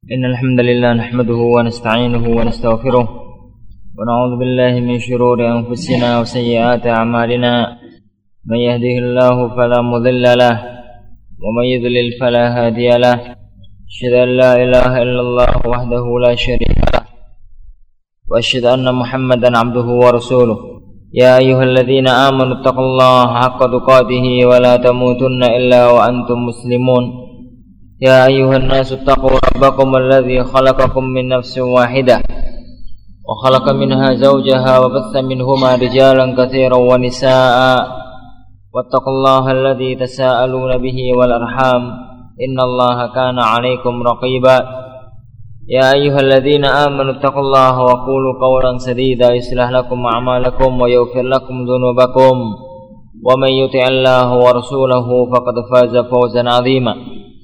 إن الحمد لله نحمده ونستعينه ونستغفره ونعوذ بالله من شرور أنفسنا وسيئات أعمالنا من يهده الله فلا مضل له ومن يضلل فلا هادي له أشهد أن لا إله إلا الله وحده لا شريك له وأشهد أن محمدا عبده ورسوله يا أيها الذين آمنوا اتقوا الله حق تقاته ولا تموتن إلا وأنتم مسلمون يا أيها الناس اتقوا ربكم الذي خلقكم من نفس واحدة وخلق منها زوجها وبث منهما رجالا كثيرا ونساء واتقوا الله الذي تساءلون به والأرحام إن الله كان عليكم رقيبا يا أيها الذين آمنوا اتقوا الله وقولوا قولا سديدا يصلح لكم أعمالكم ويغفر لكم ذنوبكم ومن يطع الله ورسوله فقد فاز فوزا عظيما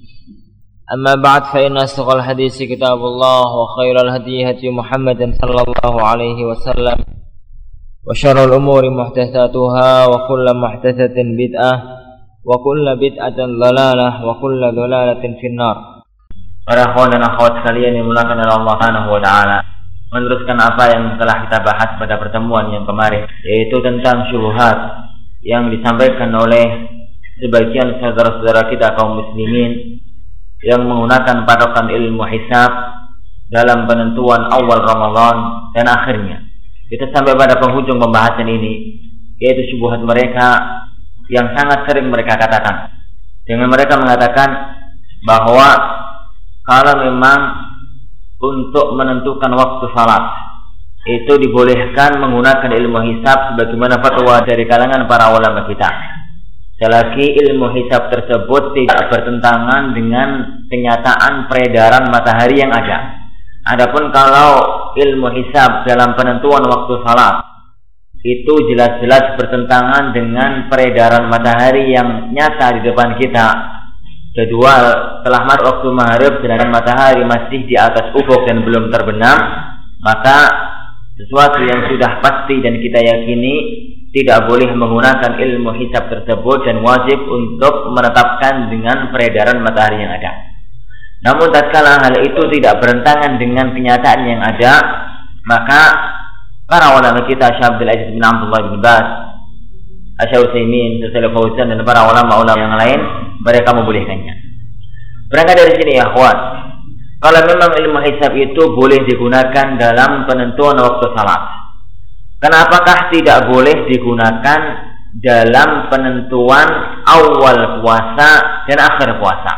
أما بعد فإن أصدق الحديث كتاب الله وخير الهدي هدي محمد صلى الله عليه وسلم وشر الأمور محدثاتها وكل محدثة بدعة وكل بدعة ضلالة وكل ضلالة في النار. Para akhwan dan akhwat sekalian yang dimuliakan oleh Allah Subhanahu wa taala, meneruskan apa yang telah kita bahas pada pertemuan yang kemarin, yaitu tentang syubhat yang disampaikan oleh sebagian saudara-saudara kita kaum muslimin yang menggunakan patokan ilmu hisab dalam penentuan awal Ramadan dan akhirnya. Kita sampai pada penghujung pembahasan ini, yaitu syubhat mereka yang sangat sering mereka katakan. Dengan mereka mengatakan bahwa kalau memang untuk menentukan waktu salat itu dibolehkan menggunakan ilmu hisab sebagaimana fatwa dari kalangan para ulama kita. Selagi ilmu hisab tersebut tidak bertentangan dengan kenyataan peredaran matahari yang ada. Adapun kalau ilmu hisab dalam penentuan waktu salat itu jelas-jelas bertentangan dengan peredaran matahari yang nyata di depan kita. Kedua, setelah waktu maghrib sedangkan matahari masih di atas ufuk dan belum terbenam, maka sesuatu yang sudah pasti dan kita yakini tidak boleh menggunakan ilmu hisab tersebut dan wajib untuk menetapkan dengan peredaran matahari yang ada. Namun tatkala hal itu tidak bertentangan dengan kenyataan yang ada, maka para ulama kita Syekh Abdul Aziz bin Abdullah bin Baz, Syekh Utsaimin, Syekh Fauzan dan para ulama-ulama yang lain mereka membolehkannya. Berangkat dari sini ya akhwat, kalau memang ilmu hisab itu boleh digunakan dalam penentuan waktu salat, kenapakah tidak boleh digunakan dalam penentuan awal puasa dan akhir puasa?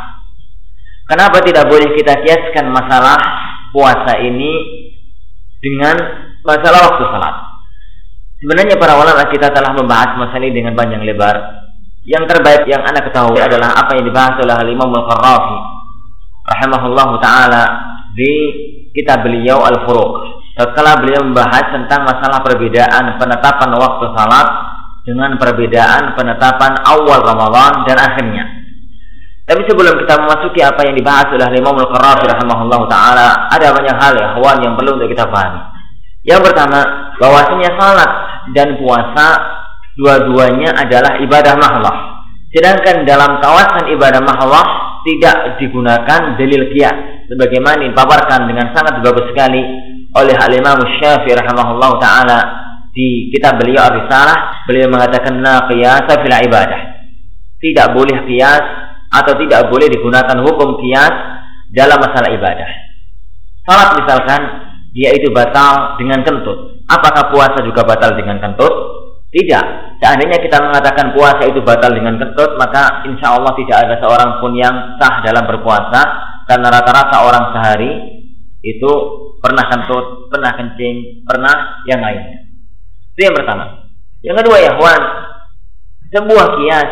Kenapa tidak boleh kita kiaskan masalah puasa ini dengan masalah waktu salat? Sebenarnya para ulama kita telah membahas masalah ini dengan panjang lebar. Yang terbaik yang anda ketahui adalah apa yang dibahas oleh Imam Al-Qarrafi rahimahullahu ta'ala di kitab beliau Al-Furuq. Setelah beliau membahas tentang masalah perbedaan penetapan waktu salat dengan perbedaan penetapan awal Ramadan dan akhirnya. Tapi sebelum kita memasuki apa yang dibahas oleh Imam Al-Qarrafi rahimahullahu ta'ala, ada banyak hal ya akhwan yang perlu untuk kita pahami. Yang pertama, bahwasanya salat dan puasa dua-duanya adalah ibadah mahlah. Sedangkan dalam kawasan ibadah mahlah tidak digunakan dalil qiyas sebagaimana dipaparkan dengan sangat bagus sekali oleh Al-Imam Syafi'i rahimahullahu taala di kitab beliau Ar-Risalah. Beliau mengatakan la qiyasa fil ibadah. Tidak boleh qiyas atau tidak boleh digunakan hukum qiyas dalam masalah ibadah. Salat misalkan dia itu batal dengan kentut. Apakah puasa juga batal dengan kentut? Tidak. Seandainya kita mengatakan puasa itu batal dengan kentut, maka insya Allah tidak ada seorang pun yang sah dalam berpuasa, karena rata-rata orang sehari itu pernah kentut, pernah kencing, pernah yang lainnya. Itu yang pertama. Yang kedua ya kawan, sebuah kias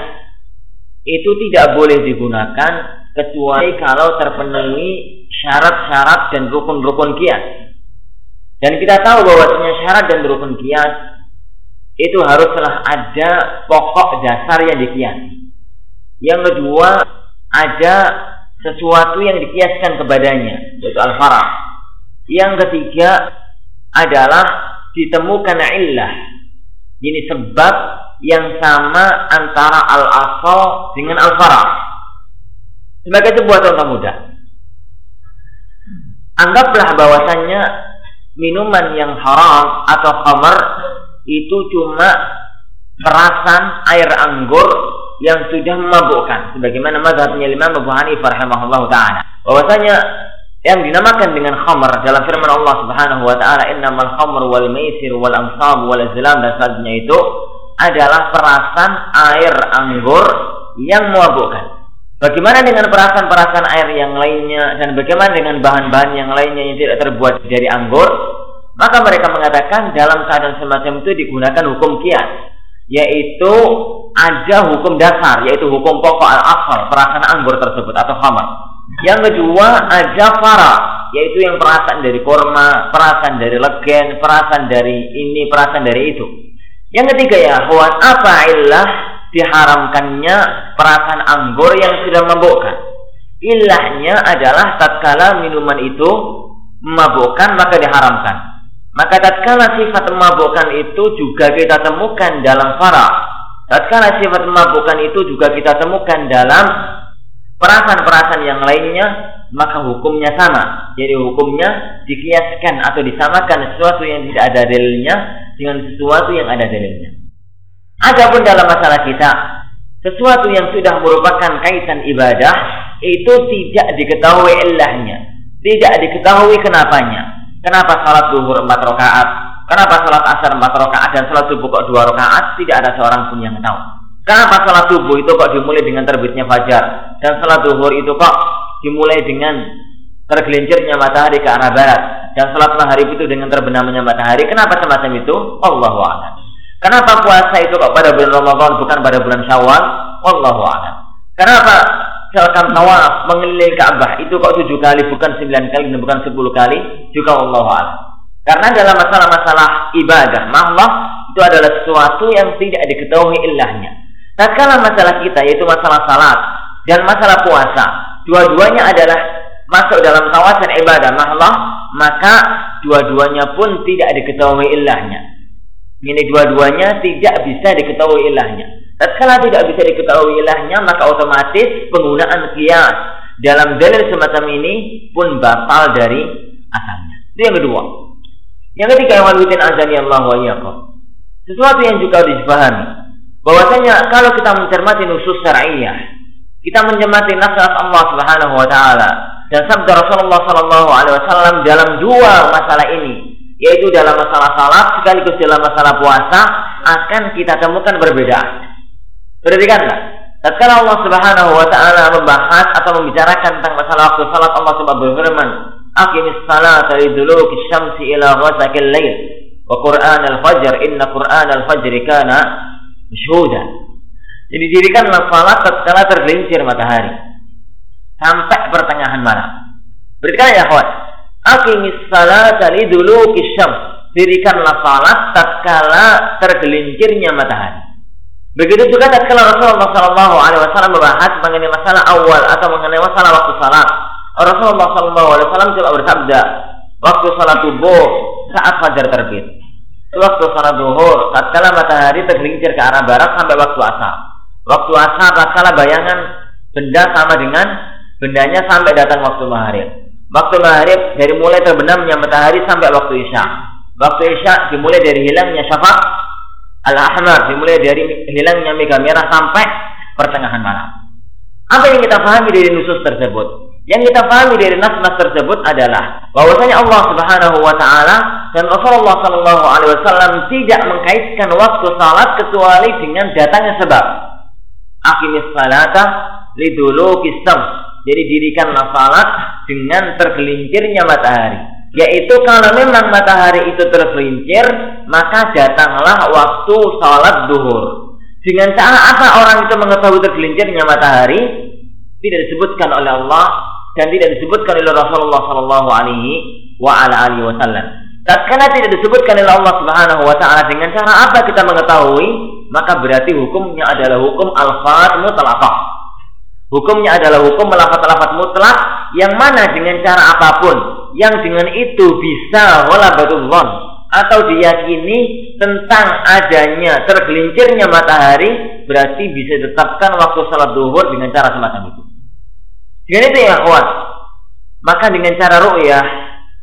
itu tidak boleh digunakan kecuali kalau terpenuhi syarat-syarat dan rukun-rukun kias. Dan kita tahu bahwasanya syarat dan rukun kias itu haruslah ada pokok dasar yang dikiasi. Yang kedua, ada sesuatu yang dikiaskan kepadanya, yaitu al-farah. Yang ketiga adalah ditemukan illah, ini sebab yang sama antara al-asal dengan al-farah. Sebagai sebuah contoh mudah, anggaplah bahwasannya minuman yang haram atau khamar itu cuma perasan air anggur yang sudah memabukkan, sebagaimana mazhabnya Imam Abu Hanifah rahimahullah taala, bahwasanya yang dinamakan dengan khamar dalam firman Allah Subhanahu wa taala, innamal khamru wal maisir wal ansab wal azlam, dan selanjutnya itu adalah perasan air anggur yang memabukkan. Bagaimana dengan perasan-perasan air yang lainnya, dan bagaimana dengan bahan-bahan yang lainnya yang tidak terbuat dari anggur? Maka mereka mengatakan dalam keadaan semacam itu digunakan hukum qiyas, yaitu ada hukum dasar, yaitu hukum pokok al-asal perasan anggur tersebut atau khamar. Yang kedua ada fara, yaitu yang perasan dari korma, perasan dari legen, perasan dari ini, perasan dari itu. Yang ketiga ya, apa illah diharamkannya perasan anggur yang sudah memabukkan? Ilahnya adalah tatkala minuman itu memabukkan maka diharamkan. Maka tatkala sifat memabukkan itu juga kita temukan dalam fara. Tatkala sifat memabukkan itu juga kita temukan dalam perasan-perasan yang lainnya, maka hukumnya sama. Jadi hukumnya dikiaskan atau disamakan sesuatu yang tidak ada dalilnya dengan sesuatu yang ada dalilnya. Adapun dalam masalah kita, sesuatu yang sudah merupakan kaitan ibadah itu tidak diketahui ilahnya, tidak diketahui kenapanya. Kenapa salat zuhur 4 rakaat? Kenapa salat asar 4 rakaat dan salat subuh kok 2 rakaat? Tidak ada seorang pun yang tahu. Kenapa salat subuh itu kok dimulai dengan terbitnya fajar dan salat zuhur itu kok dimulai dengan tergelincirnya matahari ke arah barat dan salat maghrib itu dengan terbenamnya matahari? Kenapa semacam itu? Allahu a'lam. Kenapa puasa itu kok pada bulan Ramadan bukan pada bulan Syawal? Allahu a'lam. Kenapa misalkan tawaf mengelilingi Ka'bah itu kok 7 kali bukan 9 kali dan bukan 10 kali? Juga Allahu a'lam. Karena dalam masalah-masalah ibadah Allah itu adalah sesuatu yang tidak diketahui ilahnya. Tatkala masalah kita yaitu masalah salat dan masalah puasa, dua-duanya adalah masuk dalam kawasan ibadah Allah, maka dua-duanya pun tidak diketahui ilahnya. Ini dua-duanya tidak bisa diketahui ilahnya. Tatkala tidak bisa diketahui ilahnya, maka otomatis penggunaan qiyas dalam dalil semacam ini pun batal dari asalnya. Itu yang kedua. Yang ketiga, walitin azani Allah wa iyyakum. Sesuatu yang juga harus dipahami, bahwasanya kalau kita mencermati nusus syar'iyyah, kita mencermati nasihat Allah Subhanahu wa taala dan sabda Rasulullah sallallahu alaihi wasallam dalam dua masalah ini, yaitu dalam masalah salat sekaligus dalam masalah puasa, akan kita temukan berbeda. Perhatikanlah, tatkala Allah Subhanahu wa taala membahas atau membicarakan tentang masalah waktu salat, Allah Subhanahu berfirman, "Aqimis salata liduluki syamsi ila ghasaqil lail wa Qur'anal fajr inna Qur'anal fajri kana masyhuda." Jadi dirikanlah salat tatkala tergelincir matahari sampai pertengahan malam. Perhatikan ya kawan, aqimis salata liduluki syams, dirikanlah salat tatkala tergelincirnya matahari. Begitu juga tatkala Rasulullah sallallahu alaihi wasallam membahas mengenai masalah awal atau mengenai masalah waktu salat. Rasulullah sallallahu alaihi wasallam coba bersabda, waktu salat subuh saat fajar terbit. Waktu salat zuhur tatkala matahari tergelincir ke arah barat sampai waktu asar. Waktu asar tatkala bayangan benda sama dengan bendanya sampai datang waktu maghrib. Waktu maghrib dari mulai terbenamnya matahari sampai waktu isya. Waktu isya dimulai dari hilangnya syafaq al-ahmar, dimulai dari hilangnya mega merah sampai pertengahan malam. Apa yang kita pahami dari nusus tersebut? Yang kita pahami dari nas-nas tersebut adalah bahwasanya Allah Subhanahu wa taala dan Rasulullah sallallahu alaihi wasallam tidak mengkaitkan waktu salat kecuali dengan datangnya sebab. Aqimis salata liduluki syams. Jadi dirikanlah salat dengan tergelincirnya matahari. Yaitu kalau memang matahari itu tergelincir, maka datanglah waktu salat zuhur. Dengan cara apa orang itu mengetahui tergelincirnya matahari? Tidak disebutkan oleh Allah dan tidak disebutkan oleh Rasulullah sallallahu alaihi wasallam. Tatkala tidak disebutkan oleh Allah Subhanahu wa taala, dengan cara apa kita mengetahui? Maka berarti hukumnya adalah hukum al-fat mutlaqah. Hukumnya adalah hukum lafaz-lafaz mutlak yang mana dengan cara apapun yang dengan itu bisa ghalabatul dhon atau diyakini tentang adanya tergelincirnya matahari, berarti bisa ditetapkan waktu salat zuhur dengan cara semacam itu. Dengan itu ya kawan, maka dengan cara ru'yah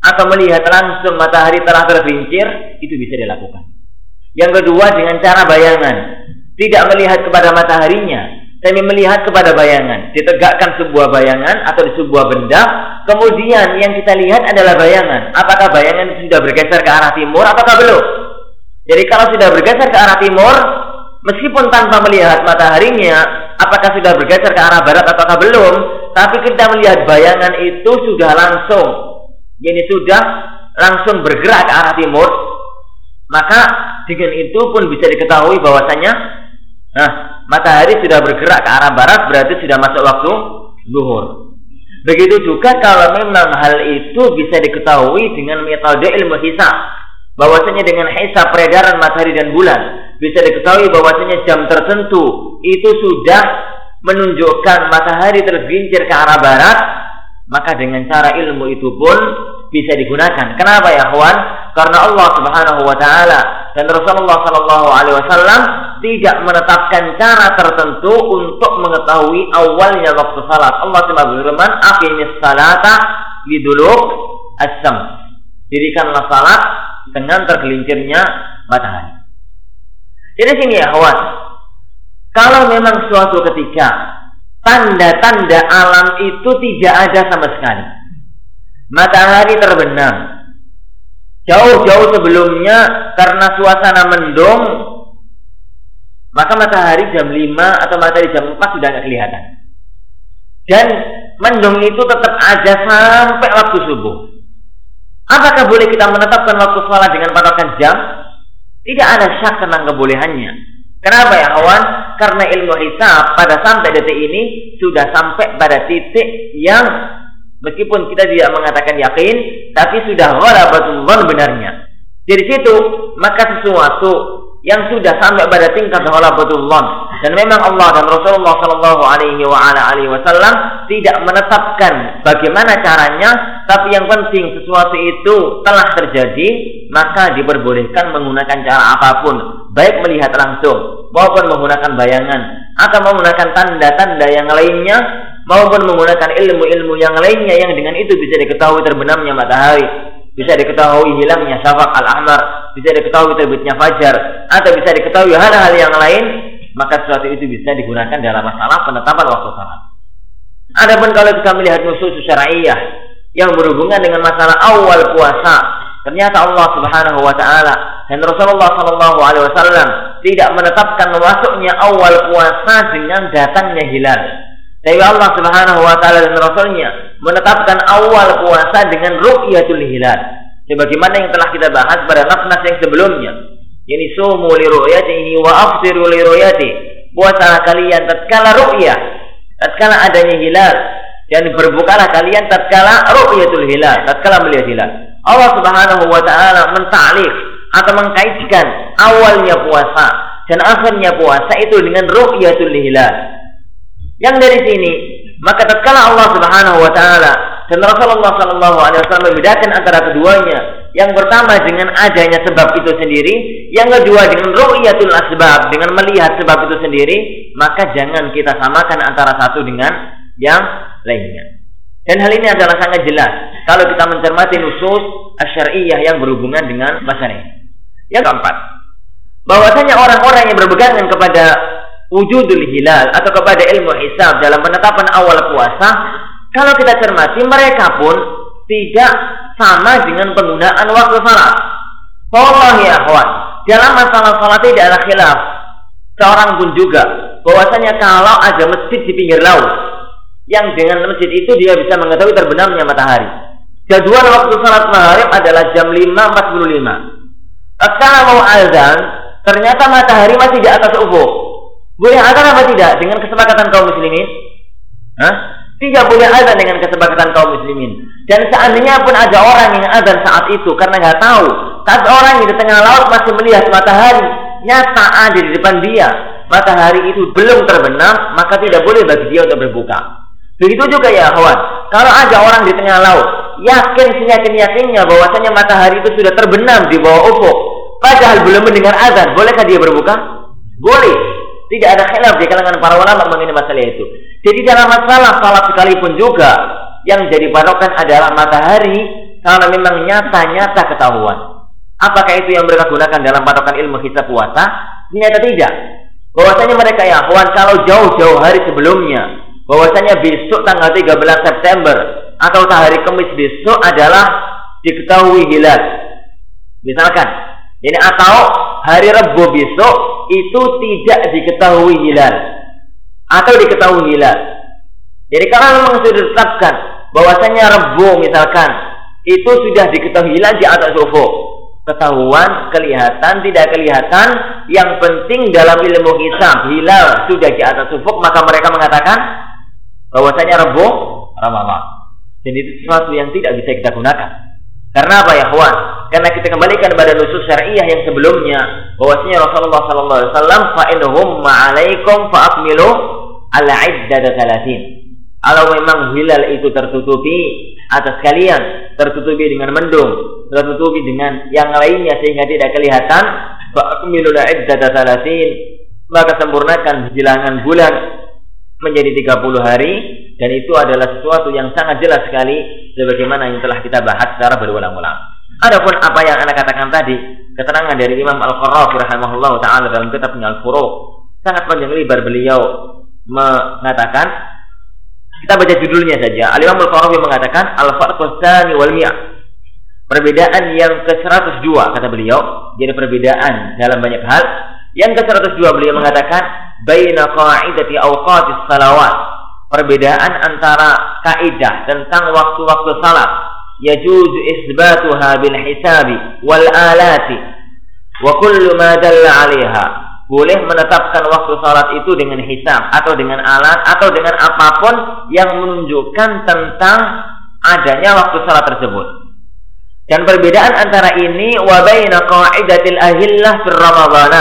atau melihat langsung matahari telah tergelincir, itu bisa dilakukan. Yang kedua dengan cara bayangan, tidak melihat kepada mataharinya, tapi melihat kepada bayangan. Ditegakkan sebuah bayangan atau di sebuah benda, kemudian yang kita lihat adalah bayangan. Apakah bayangan itu sudah bergeser ke arah timur ataukah belum? Jadi kalau sudah bergeser ke arah timur, meskipun tanpa melihat mataharinya, apakah sudah bergeser ke arah barat ataukah belum, tapi kita melihat bayangan itu sudah langsung, ini sudah langsung bergerak ke arah timur, maka dengan itu pun bisa diketahui bahwasanya matahari sudah bergerak ke arah barat, berarti sudah masuk waktu zuhur. Begitu juga kalau memang hal itu bisa diketahui dengan metode ilmu hisab, bahwasanya dengan hisab peredaran matahari dan bulan bisa diketahui bahwasanya jam tertentu itu sudah menunjukkan matahari tergelincir ke arah barat, maka dengan cara ilmu itu pun bisa digunakan. Kenapa ya kawan? Karena Allah Subhanahu wa taala dan Rasulullah sallallahu alaihi wasallam tidak menetapkan cara tertentu untuk mengetahui awalnya waktu salat. Allah Subhanahu berfirman, "Aqimis salata liduluk as-syams." Dirikanlah salat dengan tergelincirnya matahari. Jadi sini ya kawan, kalau memang suatu ketika tanda-tanda alam itu tidak ada sama sekali, matahari terbenam jauh-jauh sebelumnya karena suasana mendung, maka matahari jam 5 atau matahari jam 4 sudah tidak kelihatan, dan mendung itu tetap ada sampai waktu subuh. Apakah boleh kita menetapkan waktu sholat dengan patokan jam? Tidak ada syak tentang kebolehannya. Kenapa ya kawan? Karena ilmu hisab pada sampai detik ini sudah sampai pada titik yang meskipun kita tidak mengatakan yakin, tapi sudah ghalabatul dzan benarnya. Dari situ maka sesuatu yang sudah sampai pada tingkat ghalabatul dzan, dan memang Allah dan Rasulullah sallallahu alaihi wasallam tidak menetapkan bagaimana caranya, tapi yang penting sesuatu itu telah terjadi, maka diperbolehkan menggunakan cara apapun, baik melihat langsung maupun menggunakan bayangan atau menggunakan tanda-tanda yang lainnya, maupun menggunakan ilmu-ilmu yang lainnya yang dengan itu bisa diketahui terbenamnya matahari, bisa diketahui hilangnya syafaq al-ahmar, bisa diketahui terbitnya fajar, atau bisa diketahui hal-hal yang lain, maka sesuatu itu bisa digunakan dalam masalah penetapan waktu salat. Adapun kalau kita melihat nusus syar'iyyah yang berhubungan dengan masalah awal puasa, ternyata Allah Subhanahu wa taala dan Rasulullah sallallahu alaihi wasallam tidak menetapkan masuknya awal puasa dengan datangnya hilal. Tapi Allah Subhanahu wa taala dan Rasulnya menetapkan awal puasa dengan ru'yatul hilal. Sebagaimana yang telah kita bahas pada nas-nas yang sebelumnya. Yani sumu li ru'yatihi wa aftiru li ru'yatihi. Puasalah kalian tatkala ru'yah, tatkala adanya hilal, dan berbukalah kalian tatkala ru'yatul hilal, tatkala melihat hilal. Allah Subhanahu wa taala menta'liq atau mengkaitkan awalnya puasa dan akhirnya puasa itu dengan ru'yatul hilal. Yang dari sini, maka tatkala Allah Subhanahu wa taala dan Rasulullah sallallahu alaihi wasallam membedakan antara keduanya, yang pertama dengan adanya sebab itu sendiri, yang kedua dengan ru'yatul asbab, dengan melihat sebab itu sendiri, maka jangan kita samakan antara satu dengan yang lainnya. Dan hal ini adalah sangat jelas kalau kita mencermati nusus asy-syar'iyyah yang berhubungan dengan masalah ini. Yang keempat, bahwasanya orang-orang yang berpegangan kepada wujudul hilal atau kepada ilmu hisab dalam penetapan awal puasa, kalau kita cermati mereka pun tidak sama dengan penggunaan waktu salat. Wallahi ya akhwan, dalam masalah salat tidak ada khilaf seorang pun juga bahwasanya kalau ada masjid di pinggir laut yang dengan masjid itu dia bisa mengetahui terbenamnya matahari. Jadwal waktu salat maghrib adalah jam 5.45. Tatkala mau azan, ternyata matahari masih di atas ufuk. Boleh azan apa tidak dengan kesepakatan kaum muslimin? Tidak boleh azan dengan kesepakatan kaum muslimin. Dan seandainya pun ada orang yang azan saat itu karena nggak tahu, saat orang di tengah laut masih melihat matahari nyata ada di depan dia, matahari itu belum terbenam, maka tidak boleh bagi dia untuk berbuka. Begitu juga ya kawan, kalau ada orang di tengah laut yakin seyakin-yakinnya bahwasanya matahari itu sudah terbenam di bawah ufuk, padahal belum mendengar azan, bolehkah dia berbuka? Boleh. Tidak ada khilaf di kalangan para ulama mengenai masalah itu. Jadi dalam masalah salat sekalipun juga yang jadi patokan adalah matahari Kalau memang nyata-nyata ketahuan. Apakah itu yang mereka gunakan dalam patokan ilmu hisab puasa? Ternyata tidak. Bahwasanya mereka ya akhwan, kalau jauh-jauh hari sebelumnya, bahwasanya besok tanggal 13 September atau hari Kamis besok adalah diketahui hilal. Misalkan, ini atau hari Rabu besok itu tidak diketahui hilal atau diketahui hilal. Jadi kalau memang sudah ditetapkan bahwasanya Rabu misalkan itu sudah diketahui hilal di atas ufuk, ketahuan, kelihatan, tidak kelihatan, yang penting dalam ilmu hisab hilal sudah di atas ufuk, maka mereka mengatakan bahwasanya Rabu Ramadan. Dan itu sesuatu yang tidak bisa kita gunakan. Karena apa ya kawan? Karena kita kembalikan pada nusus syariah yang sebelumnya, bahwasanya Rasulullah sallallahu alaihi wasallam fa innahum ma'alaikum fa akmilu al-iddata 30. Kalau memang hilal itu tertutupi atas kalian, tertutupi dengan mendung, tertutupi dengan yang lainnya sehingga tidak kelihatan, fa akmilu al-iddata 30, maka sempurnakan bilangan bulan menjadi 30 hari. Dan itu adalah sesuatu yang sangat jelas sekali sebagaimana yang telah kita bahas secara berulang-ulang. Adapun apa yang Anda katakan tadi, keterangan dari Imam Al-Qarrafi rahimahullah taala dalam kitabnya Al-Furuq, sangat panjang lebar beliau mengatakan, kita baca judulnya saja. Al-Imam Al-Qarrafi mengatakan Al-Farqus Tsani wal Mi'ah, perbedaan yang ke-102 kata beliau. Jadi perbedaan dalam banyak hal. Yang ke-102 beliau mengatakan baina qa'idati awqatis salawat, perbedaan antara kaidah tentang waktu-waktu salat, yajuzu isbatuha bil hisabi wal alati wa kullu ma dalla 'alaiha, boleh menetapkan waktu salat itu dengan hisab atau dengan alat atau dengan apapun yang menunjukkan tentang adanya waktu salat tersebut. Dan perbedaan antara ini wa baina qaidatil ahillah fir ramadhana,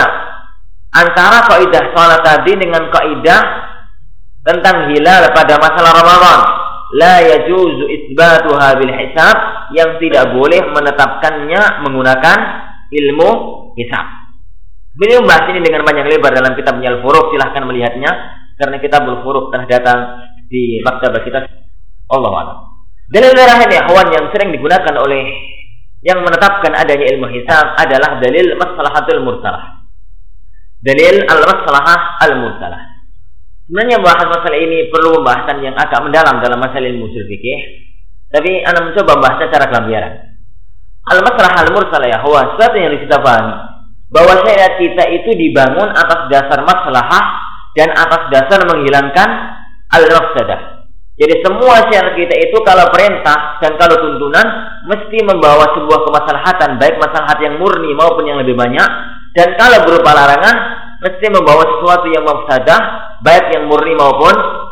antara kaidah salat tadi dengan kaidah tentang hilal pada masalah Ramadan, la yajuzu isbatuha bil hisab, yang tidak boleh menetapkannya menggunakan ilmu hisab. Beliau membahas ini dengan panjang lebar dalam kitabnya Al-Furuq, silahkan melihatnya karena kitab Al-Furuq telah datang di maktabah kita. Allahu a'lam. Dalil terakhir ya kawan yang sering digunakan oleh yang menetapkan adanya ilmu hisab adalah dalil maslahatul mursalah. Dalil al-maslahah al-mursalah. Sebenarnya bahas masalah ini perlu pembahasan yang agak mendalam dalam masalah ilmu ushul fikih, tapi Anda mencoba membahasnya secara gambaran. Al-maslahah al-mursalah ya huwa sesuatu yang kita pahami bahwa syariat kita itu dibangun atas dasar maslahah dan atas dasar menghilangkan al-mafsadah. Jadi semua syariat kita itu kalau perintah dan kalau tuntunan mesti membawa sebuah kemaslahatan, baik maslahat yang murni maupun yang lebih banyak, dan kalau berupa larangan mesti membawa sesuatu yang mafsadah, baik yang murni maupun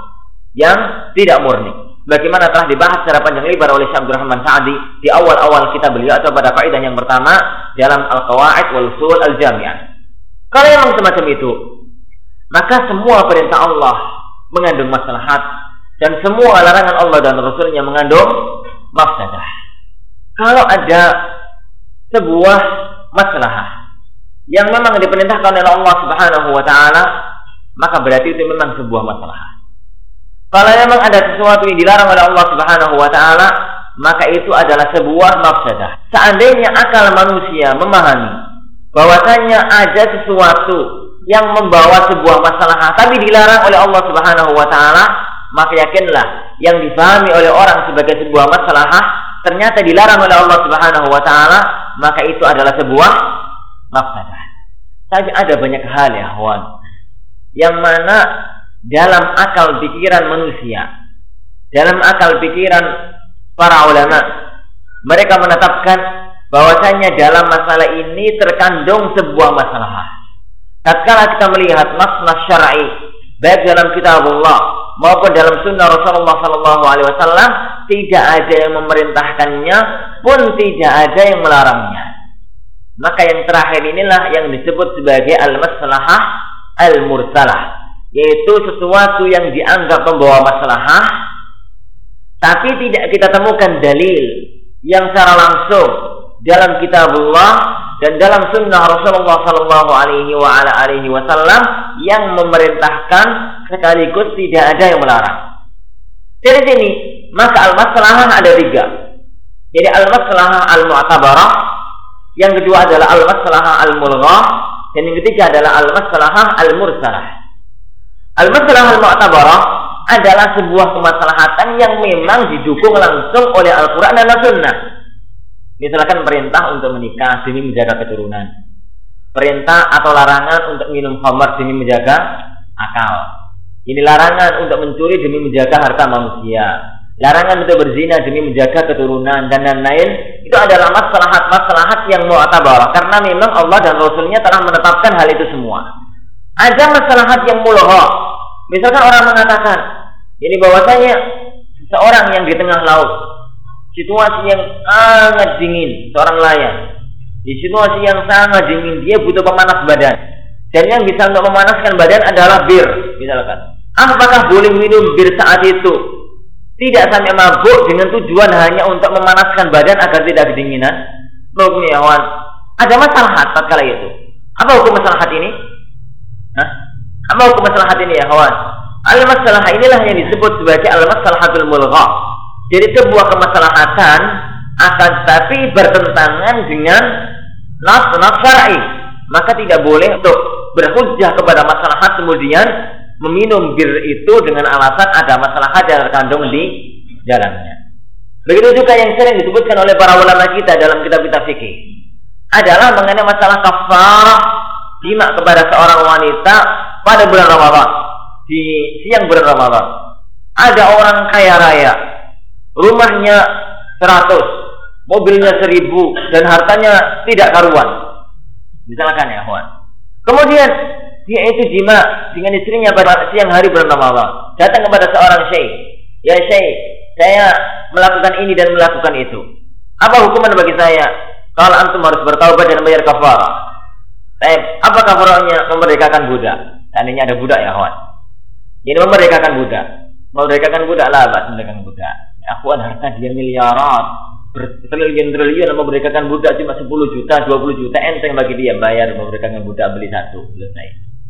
yang tidak murni. Bagaimana telah dibahas secara panjang lebar oleh Syekh Abdul Rahman Sa'di di awal-awal kitab beliau atau pada kaidah yang pertama dalam Al-Qawaid wal Usul Al-Jami'ah. Kalau memang semacam itu, maka semua perintah Allah mengandung maslahat dan semua larangan Allah dan Rasulnya mengandung mafsadah. Kalau ada sebuah maslahah yang memang diperintahkan oleh Allah Subhanahu wa taala, maka berarti itu memang sebuah masalah. Kalau memang ada sesuatu yang dilarang oleh Allah Subhanahu wa taala, maka itu adalah sebuah mafsadah. Seandainya akal manusia memahami bahwasanya ada sesuatu yang membawa sebuah masalah tapi dilarang oleh Allah Subhanahu wa taala, maka yakinlah yang dipahami oleh orang sebagai sebuah masalah ternyata dilarang oleh Allah Subhanahu wa taala, maka itu adalah sebuah mafsadah. Tapi ada banyak hal ya kawan, yang mana dalam akal pikiran manusia, dalam akal pikiran para ulama, mereka menetapkan bahwasanya dalam masalah ini terkandung sebuah masalah. Tatkala kita melihat maslahah syar'i baik dalam kitabullah maupun dalam sunnah Rasulullah SAW, tidak ada yang memerintahkannya pun tidak ada yang melarangnya. Maka yang terakhir inilah yang disebut sebagai al-maslahah al-mursalah, yaitu sesuatu yang dianggap membawa maslahah tapi tidak kita temukan dalil yang secara langsung dalam kitabullah dan dalam sunnah Rasulullah SAW yang memerintahkan sekaligus tidak ada yang melarang. Dari sini maka al-maslahah ada tiga. Jadi al-maslahah al-mu'tabarah, yang kedua adalah al-maslahah al-mulghah, dan yang ketiga adalah al-maslahah al-mursalah. Al-maslahah al-mu'tabarah adalah sebuah kemaslahatan yang memang didukung langsung oleh Al-Quran dan As-Sunnah. Misalkan perintah untuk menikah demi menjaga keturunan, perintah atau larangan untuk minum khamar demi menjaga akal. Ini larangan untuk mencuri demi menjaga harta manusia, larangan untuk berzina demi menjaga keturunan, dan lain-lain. Itu adalah maslahat-maslahat yang mu'tabarah, karena memang Allah dan Rasulnya telah menetapkan hal itu semua. Ada maslahat yang mulgha. Misalkan orang mengatakan, ini bahwasanya seseorang yang di tengah laut, situasi yang sangat dingin, seorang nelayan di situasi yang sangat dingin, dia butuh pemanas badan, dan yang bisa untuk memanaskan badan adalah bir, misalkan. Apakah boleh minum bir saat itu tidak sampai mabuk dengan tujuan hanya untuk memanaskan badan agar tidak kedinginan? Hukumnya, ada maslahat tatkala itu. Apa hukum maslahat ini? Apa hukum maslahat ini ya kawan? Al-masalah inilah yang disebut sebagai al-maslahatul mulgha. Jadi sebuah kemaslahatan akan tetapi bertentangan dengan nas syar'i, maka tidak boleh untuk berhujjah kepada maslahat kemudian meminum bir itu dengan alasan ada maslahat yang terkandung di dalamnya. Begitu juga yang sering disebutkan oleh para ulama kita dalam kitab-kitab fikih adalah mengenai masalah kafarah jima kepada seorang wanita pada bulan Ramadan, di siang bulan Ramadan. Ada orang kaya raya, rumahnya 100, mobilnya 1000, dan hartanya tidak karuan, misalkan ya kawan. Kemudian dia itu jima dengan istrinya pada siang hari bulan Ramadan, datang kepada seorang syekh, ya syekh, saya melakukan ini dan melakukan itu, apa hukuman bagi saya? Kalau antum harus bertaubat dan bayar kafarah. Apa kafarahnya? Memerdekakan budak. Seandainya ada budak ya kawan, ini memerdekakan budak. Memerdekakan budak lah, memerdekakan budak. Ya kawan, harta dia miliaran, bertriliun-triliun, memerdekakan budak cuma 10 juta, 20 juta, enteng bagi dia bayar memerdekakan budak, beli satu, selesai.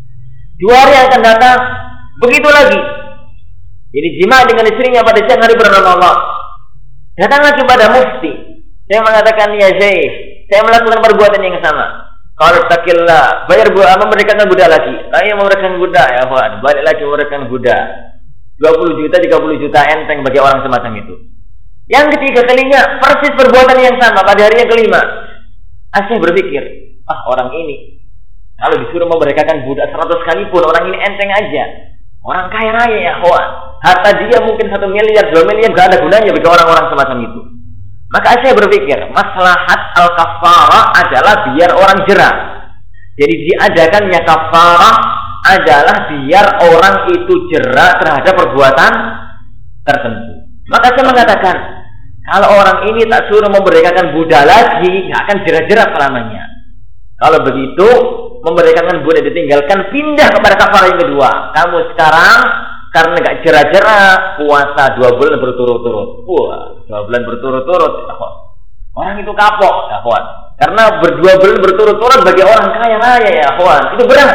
2 hari yang akan datang, begitu lagi. Jadi jima dengan istrinya pada siang hari bulan Ramadan. Datanglah kepada mufti. Saya mengatakan, ya syekh, saya melakukan perbuatan yang sama. Kalau takillah, bayar memerdekakan budak lagi. Ayo memerdekakan budak ya kawan, balik lagi memerdekakan budak. 20 juta, 30 juta, enteng bagi orang semacam itu. Yang ketiga kalinya persis perbuatan yang sama pada hari yang kelima. Saya berpikir, orang ini kalau disuruh memerdekakan budak 100 kali pun orang ini enteng aja. Orang kaya raya ya kawan, harta dia mungkin 1 miliar, 2 miliar, gak ada gunanya bagi orang-orang semacam itu. Maka saya berpikir, maslahat al-kafarah adalah biar orang jerah. Jadi diadakannya kafarah adalah biar orang itu jerah terhadap perbuatan tertentu. Maka saya mengatakan, kalau orang ini tak suruh memerdekakan budak lagi, gak akan jerah-jerah selamanya. Kalau begitu, memerdekakan budak ditinggalkan, pindah kepada kafarah yang kedua. Kamu sekarang karena gak jerah-jerah, puasa 2 bulan berturut-turut. 2 bulan berturut-turut, orang itu kapok ya kawan. Karena 2 bulan berturut-turut bagi orang kaya raya ya kawan, itu berat.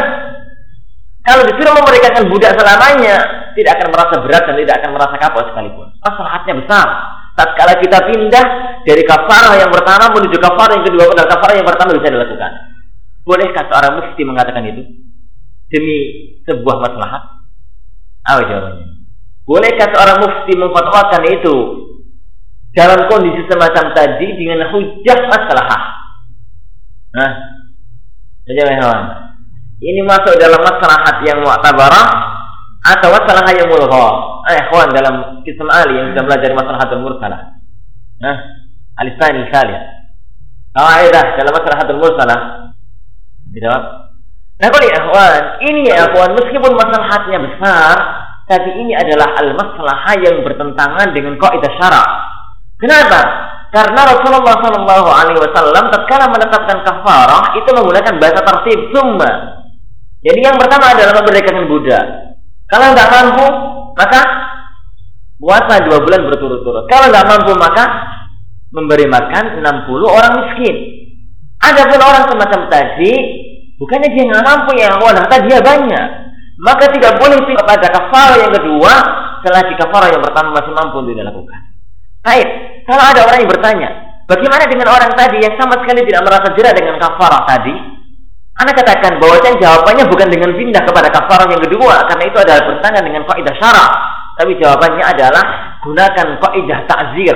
Kalau disuruh memerdekakan budak selamanya, tidak akan merasa berat dan tidak akan merasa kapok sekalipun. Masalahnya besar. Tatkala kita pindah dari kafarah yang pertama menuju kafarah yang kedua, padahal kafarah yang pertama bisa dilakukan. Bolehkah seorang mufti mengatakan itu demi sebuah maslahat? Apa jawabannya? Bolehkah seorang mufti memfatwakan itu dalam kondisi semacam tadi dengan hujjah maslahah? Ini masuk dalam maslahat yang mu'tabarah atau maslahat yang mulgha? Ikhwan dalam kisah Ali yang sudah belajar maslahatul mursalah. Al-Tsani al-Thalith. Kaidah dalam maslahatul mursalah. Dijawab. Nah, kalau ikhwan, ini ya ikhwan, meskipun maslahatnya besar, tapi ini adalah al-maslahah yang bertentangan dengan kaidah syara'. Kenapa? Karena Rasulullah SAW tatkala menetapkan kafarah itu menggunakan bahasa tertib summa. Jadi yang pertama adalah memerdekakan budak. Kalau tidak mampu, maka puasa 2 bulan berturut-turut. Kalau tidak mampu, maka memberi makan 60 orang miskin. Adapun orang semacam tadi, bukannya dia nggak mampu ya, harta dia banyak, maka tidak boleh pada kafarah yang kedua setelah di kafarah yang pertama masih mampu untuk dilakukan. Baik, kalau ada orang yang bertanya, bagaimana dengan orang tadi yang sama sekali tidak merasa jera dengan kafarah tadi? Ana katakan bahwa jawabannya bukan dengan pindah kepada kafarah yang kedua, karena itu adalah bertentangan dengan kaidah syara. Tapi jawabannya adalah gunakan kaidah ta'zir.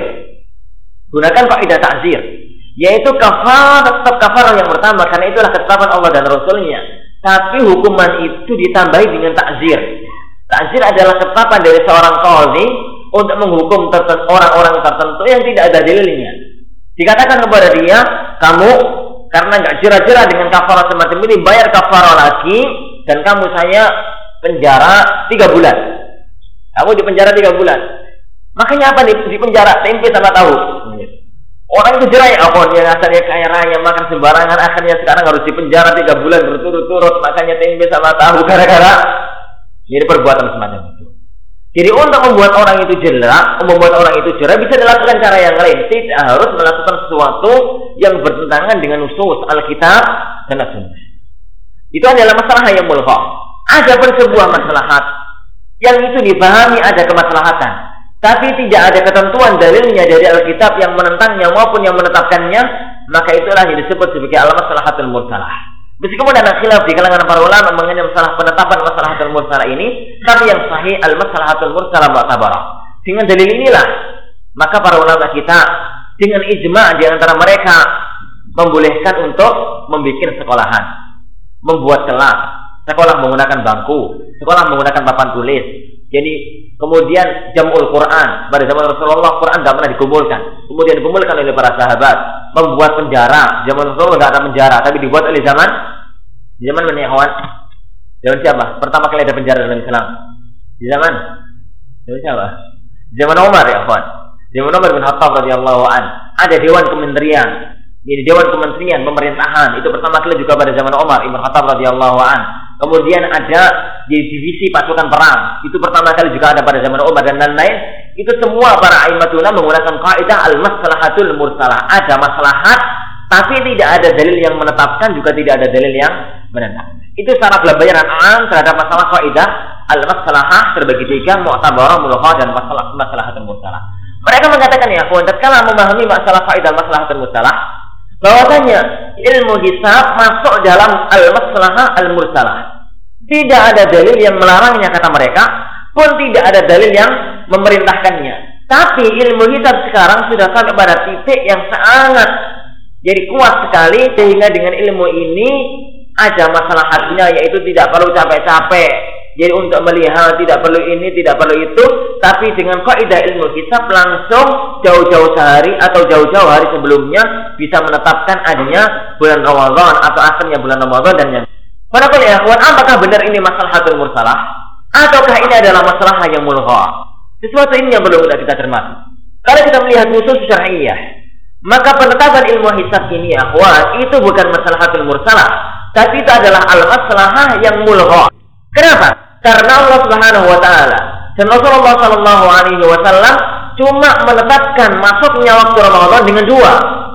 Gunakan kaidah ta'zir, yaitu kafarah tetap kafarah yang pertama, karena itulah ketetapan Allah dan Rasulnya. Tapi hukuman itu ditambahi dengan ta'zir. Ta'zir adalah ketetapan dari seorang qadhi untuk menghukum orang-orang tertentu yang tidak ada dalilnya. Dikatakan kepada dia, kamu karena nggak jera-jera dengan kafarah semacam ini, bayar kafarah lagi, dan kamu saya penjara 3 bulan. Kamu di penjara 3 bulan. Makanya apa di penjara? Tempe sama tahu. Orang itu jerai, dia asalnya kaya raya, makan sembarangan, akhirnya sekarang harus di penjara 3 bulan berturut-turut, makanya tempe sama tahu gara-gara ini perbuatan semacam itu. Jadi untuk membuat orang itu jera, bisa dilakukan cara yang lain. Tidak harus melakukan sesuatu yang bertentangan dengan nusus Alkitab dan As-Sunnah. Itu adalah masalah yang mulha. Ada sebuah maslahat yang itu dipahami ada kemaslahatan, tapi tidak ada ketentuan dalilnya dari Alkitab yang menentangnya maupun yang menetapkannya, maka itulah yang disebut sebagai al-maslahatul mursalah. Meskipun ada khilaf di kalangan para ulama mengenai masalah penetapan maslahatul mursalah ini, tapi yang sahih al-maslahatul mursalah mu'tabarah. Dengan dalil inilah maka para ulama kita dengan ijma' di antara mereka membolehkan untuk membuat sekolahan, membuat kelas, sekolah menggunakan bangku, sekolah menggunakan papan tulis. Jadi kemudian jam'ul Quran, pada zaman Rasulullah Quran tidak pernah dikumpulkan, kemudian dikumpulkan oleh para sahabat. Membuat penjara, zaman Rasulullah tidak ada penjara, tapi dibuat oleh zaman mana ya kawan? Zaman siapa? Pertama kali ada penjara dalam Islam di zaman siapa? Zaman Umar ya kawan. Zaman Umar bin Khattab radhiyallahu an. Ada dewan kementerian. Jadi dewan kementerian pemerintahan itu pertama kali juga pada zaman Umar bin Khattab radhiyallahu an. Kemudian ada di divisi pasukan perang, itu pertama kali juga ada pada zaman Umar dan lain-lain. Itu semua para a'immatuna menggunakan kaidah al-maslahatul mursalah. Ada maslahat tapi tidak ada dalil yang menetapkan, juga tidak ada dalil yang menentang. Itu secara gambaran am terhadap masalah kaidah al-maslahah terbagi 3, mu'tabarah, mulha dan maslahatul mursalah. Mereka mengatakan ya, tatkala memahami masalah kaidah maslahatul mursalah, bahwasanya ilmu hisab masuk dalam al-maslahah al-mursalah. Tidak ada dalil yang melarangnya kata mereka, pun tidak ada dalil yang memerintahkannya. Tapi ilmu hisab sekarang sudah sampai pada titik yang sangat jadi kuat sekali, sehingga dengan ilmu ini ada maslahatnya, yaitu tidak perlu capek-capek. Jadi untuk melihat tidak perlu ini, tidak perlu itu, tapi dengan kaidah ilmu hisab langsung jauh-jauh sehari atau jauh-jauh hari sebelumnya bisa menetapkan adanya bulan Ramadan atau akhirnya bulan Ramadan dan yang padahal ya, apakah benar ini maslahatul mursalah ataukah ini adalah masalah yang mulha? Sesuatu ini yang belum kita cermati. Kalau kita melihat khusus syar'iyyah, maka penetapan ilmu hisab ini ya, itu bukan maslahatul mursalah, tapi itu adalah al-maslahah yang mulha. Kenapa? Karena Allah Subhanahu wa taala dan Rasulullah sallallahu alaihi wasallam cuma menetapkan masuknya waktu Ramadan dengan 2,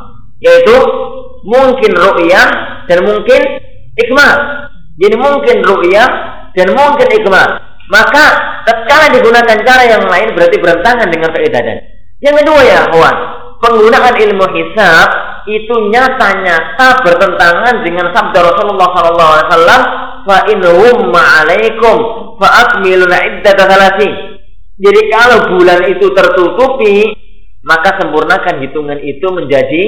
yaitu mungkin ru'yah dan mungkin ikmal. Jadi mungkin ru'yah dan mungkin ikmal. Maka tatkala digunakan cara yang lain berarti bertentangan dengan kaidah dan. Yang kedua ya, kawan, penggunaan ilmu hisab itu nyata-nyata bertentangan dengan sabda Rasulullah sallallahu alaihi wasallam, fa inhum ma'alaikum fa akmilul iddata 30. Jadi kalau bulan itu tertutupi, maka sempurnakan hitungan itu menjadi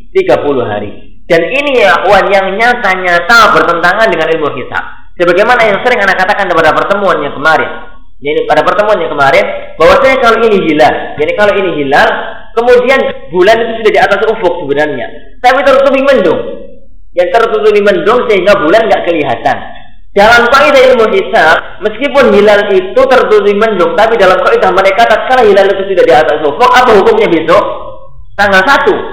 30 hari. Dan ini ya kawan yang nyata-nyata bertentangan dengan ilmu hisab. Sebagaimana yang sering anak katakan pada pertemuan yang kemarin. Jadi pada pertemuan yang kemarin, bahwasanya kalau ini hilal, jadi kalau ini hilal, kemudian bulan itu sudah di atas ufuk sebenarnya, tapi tertutupi mendung. Yang tertutupi mendung sehingga bulan nggak kelihatan. Dalam kaidah ilmu hisab, meskipun hilal itu tertutupi mendung, tapi dalam kaidah mereka tatkala hilal itu sudah di atas ufuk, apa hukumnya besok? Tanggal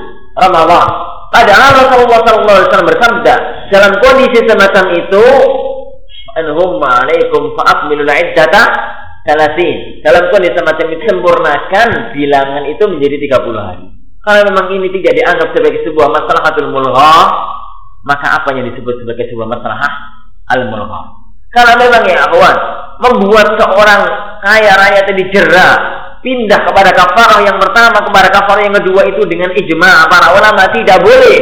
1 Ramadan. Padahal Rasulullah SAW bersabda dalam kondisi semacam itu, anhum ma'alaikum fa'akmilul iddata 30. Dalam kondisi semacam itu sempurnakan bilangan itu menjadi 30 hari. Kalau memang ini tidak dianggap sebagai sebuah maslahatul mulha, maka apa yang disebut sebagai sebuah maslahah al-mulha? Kalau memang ya kawan, membuat seorang kaya raya tadi jera, pindah kepada kafarah yang pertama kepada kafarah yang kedua itu dengan ijma' para ulama tidak boleh.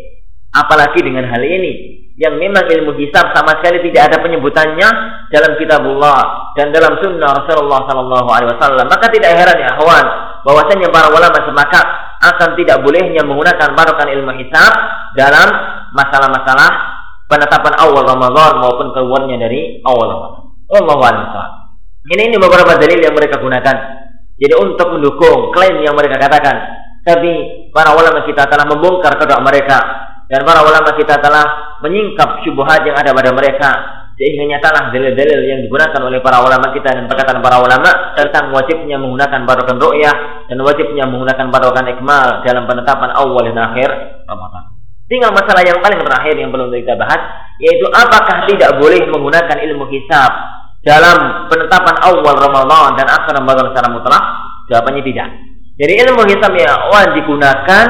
Apalagi dengan hal ini yang memang ilmu hisab sama sekali tidak ada penyebutannya dalam kitabullah dan dalam sunnah Rasulullah SAW. Maka tidak heran ya akhwan, bahwasanya para ulama sepakat akan tidak bolehnya menggunakan patokan ilmu hisab dalam masalah-masalah penetapan awal Ramadan maupun keluarnya dari awal Ramadan. Wallahu a'lam. Ini beberapa dalil yang mereka gunakan. Jadi untuk mendukung klaim yang mereka katakan. Tapi para ulama kita telah membongkar kedok mereka dan para ulama kita telah menyingkap syubhat yang ada pada mereka, sehingga nyatalah dalil-dalil yang digunakan oleh para ulama kita dan perkataan para ulama tentang wajibnya menggunakan patokan ru'yah dan wajibnya menggunakan patokan ikmal dalam penetapan awal dan akhir Ramadan. Tinggal masalah yang paling terakhir yang perlu kita bahas, yaitu apakah tidak boleh menggunakan ilmu hisab dalam penetapan awal Ramadan dan akhir Ramadan secara mutlak? Jawabannya tidak. Jadi ilmu hisab ya digunakan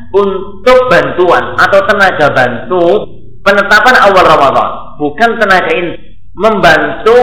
untuk bantuan atau tenaga bantu penetapan awal Ramadan, bukan tenaga membantu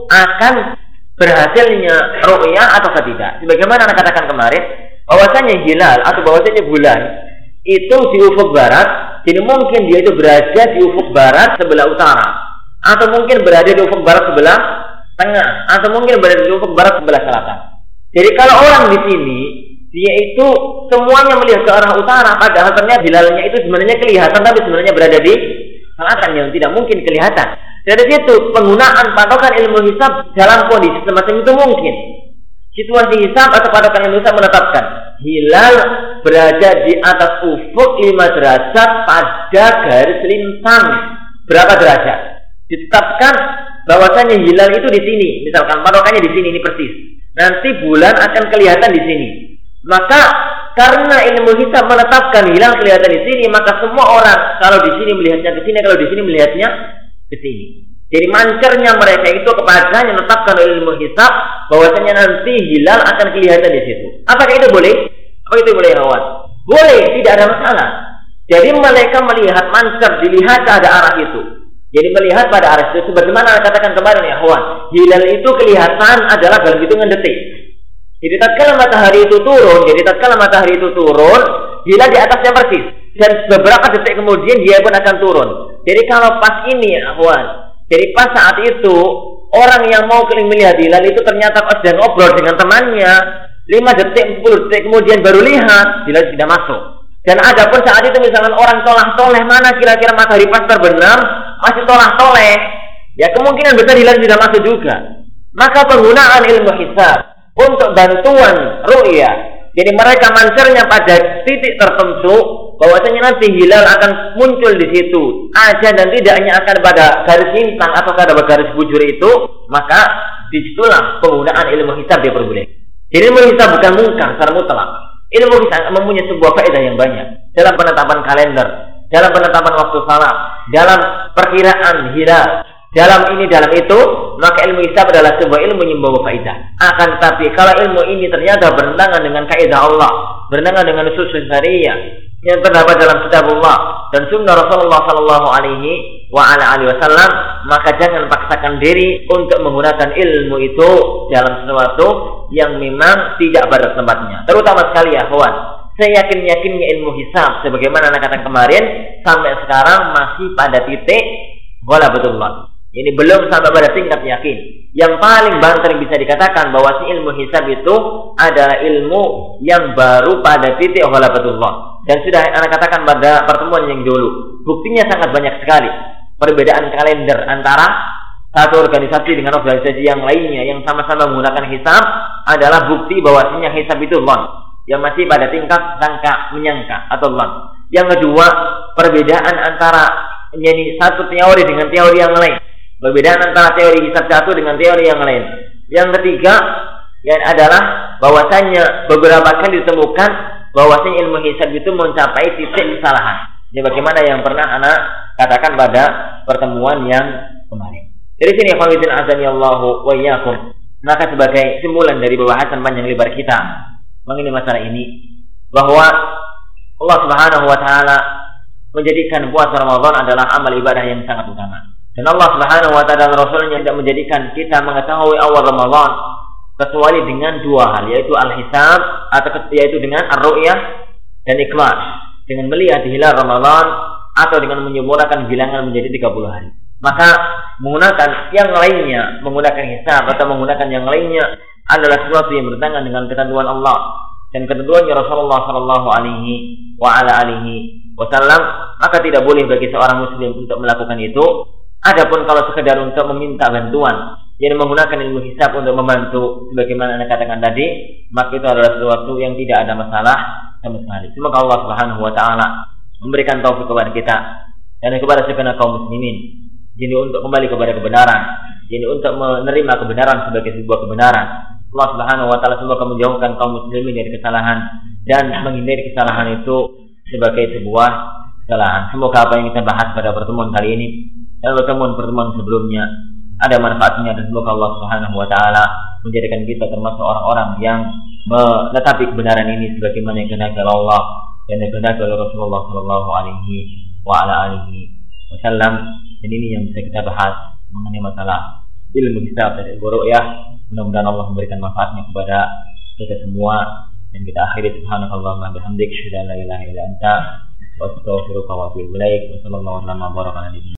akan berhasilnya ru'yah atau tidak. Sebagaimana Anda katakan kemarin, bahwasanya hilal atau bahwasanya bulan itu di ufuk barat, jadi mungkin dia itu berada di ufuk barat sebelah utara, atau mungkin berada di ufuk barat sebelah tengah, atau mungkin berada di ufuk barat sebelah selatan. Jadi kalau orang di sini dia itu semuanya melihat ke arah utara, padahal ternyata hilalnya itu sebenarnya kelihatan tapi sebenarnya berada di selatan yang tidak mungkin kelihatan. Dari situ penggunaan patokan ilmu hisab dalam kondisi semacam itu mungkin. Situasi hisab atau patokan ilmu hisab menetapkan hilal berada di atas ufuk 5 derajat pada garis lintang berapa derajat. Ditetapkan bahwasanya hilal itu di sini, misalkan patokannya di sini, ini persis. Nanti bulan akan kelihatan di sini. Maka karena ilmu hisab menetapkan hilal kelihatan di sini, maka semua orang kalau di sini melihatnya ke sini, kalau di sini melihatnya ke sini. Jadi mancernya mereka itu kepada yang menetapkan ilmu hisab bahwasanya nanti hilal akan kelihatan di situ. Apakah itu boleh? Apa itu boleh kawan? Boleh, tidak ada masalah. Jadi mereka melihat mancer, dilihat ada arah itu. Jadi melihat pada arah itu, sebagaimana katakan kemarin ya kawan, hilal itu kelihatan adalah dalam hitungan detik. Jadi tatkala matahari itu turun, hilal di atasnya persis. Dan beberapa detik kemudian dia pun akan turun. Jadi kalau pas ini ya kawan, jadi pas saat itu orang yang mau melihat hilal itu ternyata sedang ngobrol dengan temannya, 5 detik, 10 detik kemudian baru lihat, hilal tidak masuk. Dan ada pun saat itu misalkan orang tolah-toleh, mana kira-kira matahari pas terbenam, masih tolah-toleh, ya kemungkinan besar hilal tidak masuk juga. Maka penggunaan ilmu hisab untuk bantuan ru'yah, jadi mereka mancernya pada titik tertentu bahwasanya nanti hilal akan muncul di situ aja dan tidak hanya akan pada garis lintang atau pada garis bujur itu, maka disitulah penggunaan ilmu hisab diperbolehkan. Jadi ilmu hisab bukan mungkar secara mutlak. Ilmu hisab mempunyai sebuah faedah yang banyak dalam penetapan kalender, dalam penetapan waktu salat, dalam perkiraan hilal, dalam ini dalam itu. Maka ilmu hisab adalah sebuah ilmu yang membawa faedah. Akan tetapi kalau ilmu ini ternyata bertentangan dengan kaidah Allah, bertentangan dengan nusus syariah yang terdapat dalam kitabullah dan sunnah Rasulullah sallallahu alaihi wasallam, maka jangan paksakan diri untuk menggunakan ilmu itu dalam sesuatu yang memang tidak pada tempatnya. Terutama sekali ya kawan, saya yakinnya ilmu hisab sebagaimana anak kata kemarin sampai sekarang masih pada titik ghalabatullah. Ini belum sampai pada tingkat yakin. Yang paling banter bisa dikatakan bahwa si ilmu hisab itu adalah ilmu yang baru pada titik ghalabatullah. Dan sudah anak katakan pada pertemuan yang dulu, buktinya sangat banyak sekali. Perbedaan kalender antara satu organisasi dengan organisasi yang lainnya yang sama-sama menggunakan hisab adalah bukti bahwasanya hisab itu dhon, yang masih pada tingkat sangka menyangka atau dhon. Yang kedua, perbedaan antara satu teori dengan teori yang lain. Perbedaan antara teori hisab satu dengan teori yang lain. Yang ketiga yang adalah bahwasanya beberapa kali ditemukan bahwasanya ilmu hisab itu mencapai titik kesalahan. Ini bagaimana yang pernah anak katakan pada pertemuan yang kemarin. Dari sini khawidin azanillahu wa iyyakum. Maka sebagai simpulan dari pembahasan panjang lebar kita mengenai masalah ini, bahwa Allah Subhanahu wa taala menjadikan puasa Ramadan adalah amal ibadah yang sangat utama. Dan Allah Subhanahu wa taala dan Rasulnya tidak menjadikan kita mengetahui awal Ramadan kecuali dengan dua hal, yaitu al-hisab yaitu dengan ar-ru'yah dan ikhlas, dengan melihat hilal Ramadan atau dengan menyempurnakan bilangan menjadi 30 hari. Maka menggunakan yang lainnya, menggunakan hisab atau menggunakan yang lainnya adalah sesuatu yang bertentangan dengan ketentuan Allah dan ketentuannya Rasulullah sallallahu alaihi wasallam. Maka tidak boleh bagi seorang muslim untuk melakukan itu. Adapun kalau sekedar untuk meminta bantuan, yang menggunakan ilmu hisab untuk membantu sebagaimana Anda katakan tadi, maka itu adalah sesuatu yang tidak ada masalah sama sekali. Semoga Allah Subhanahu wa taala memberikan taufik kepada kita dan kepada segenap kaum muslimin, jadi untuk kembali kepada kebenaran, jadi untuk menerima kebenaran sebagai sebuah kebenaran. Allah Subhanahu wa taala semoga menjauhkan kaum muslimin dari kesalahan dan menghindari kesalahan itu sebagai sebuah kesalahan. Semoga apa yang kita bahas pada pertemuan kali ini dan pertemuan sebelumnya ada manfaatnya, dan semoga Allah Subhanahu wa taala menjadikan kita termasuk orang-orang yang menetapi kebenaran ini sebagaimana yang dikehendaki Allah dan dikehendaki oleh Rasulullah sallallahu alaihi wasallam. Dan ini yang bisa kita bahas mengenai masalah ilmu hisab dan ilmu ru'yah. Mudah-mudahan Allah memberikan manfaatnya kepada kita semua, dan kita akhiri subhanakallahumma bihamdik, asyhadu an la ilaha illa anta, wa astaghfiruka wa atubu ilaik. Wa sallallahu alaihi wa sallam.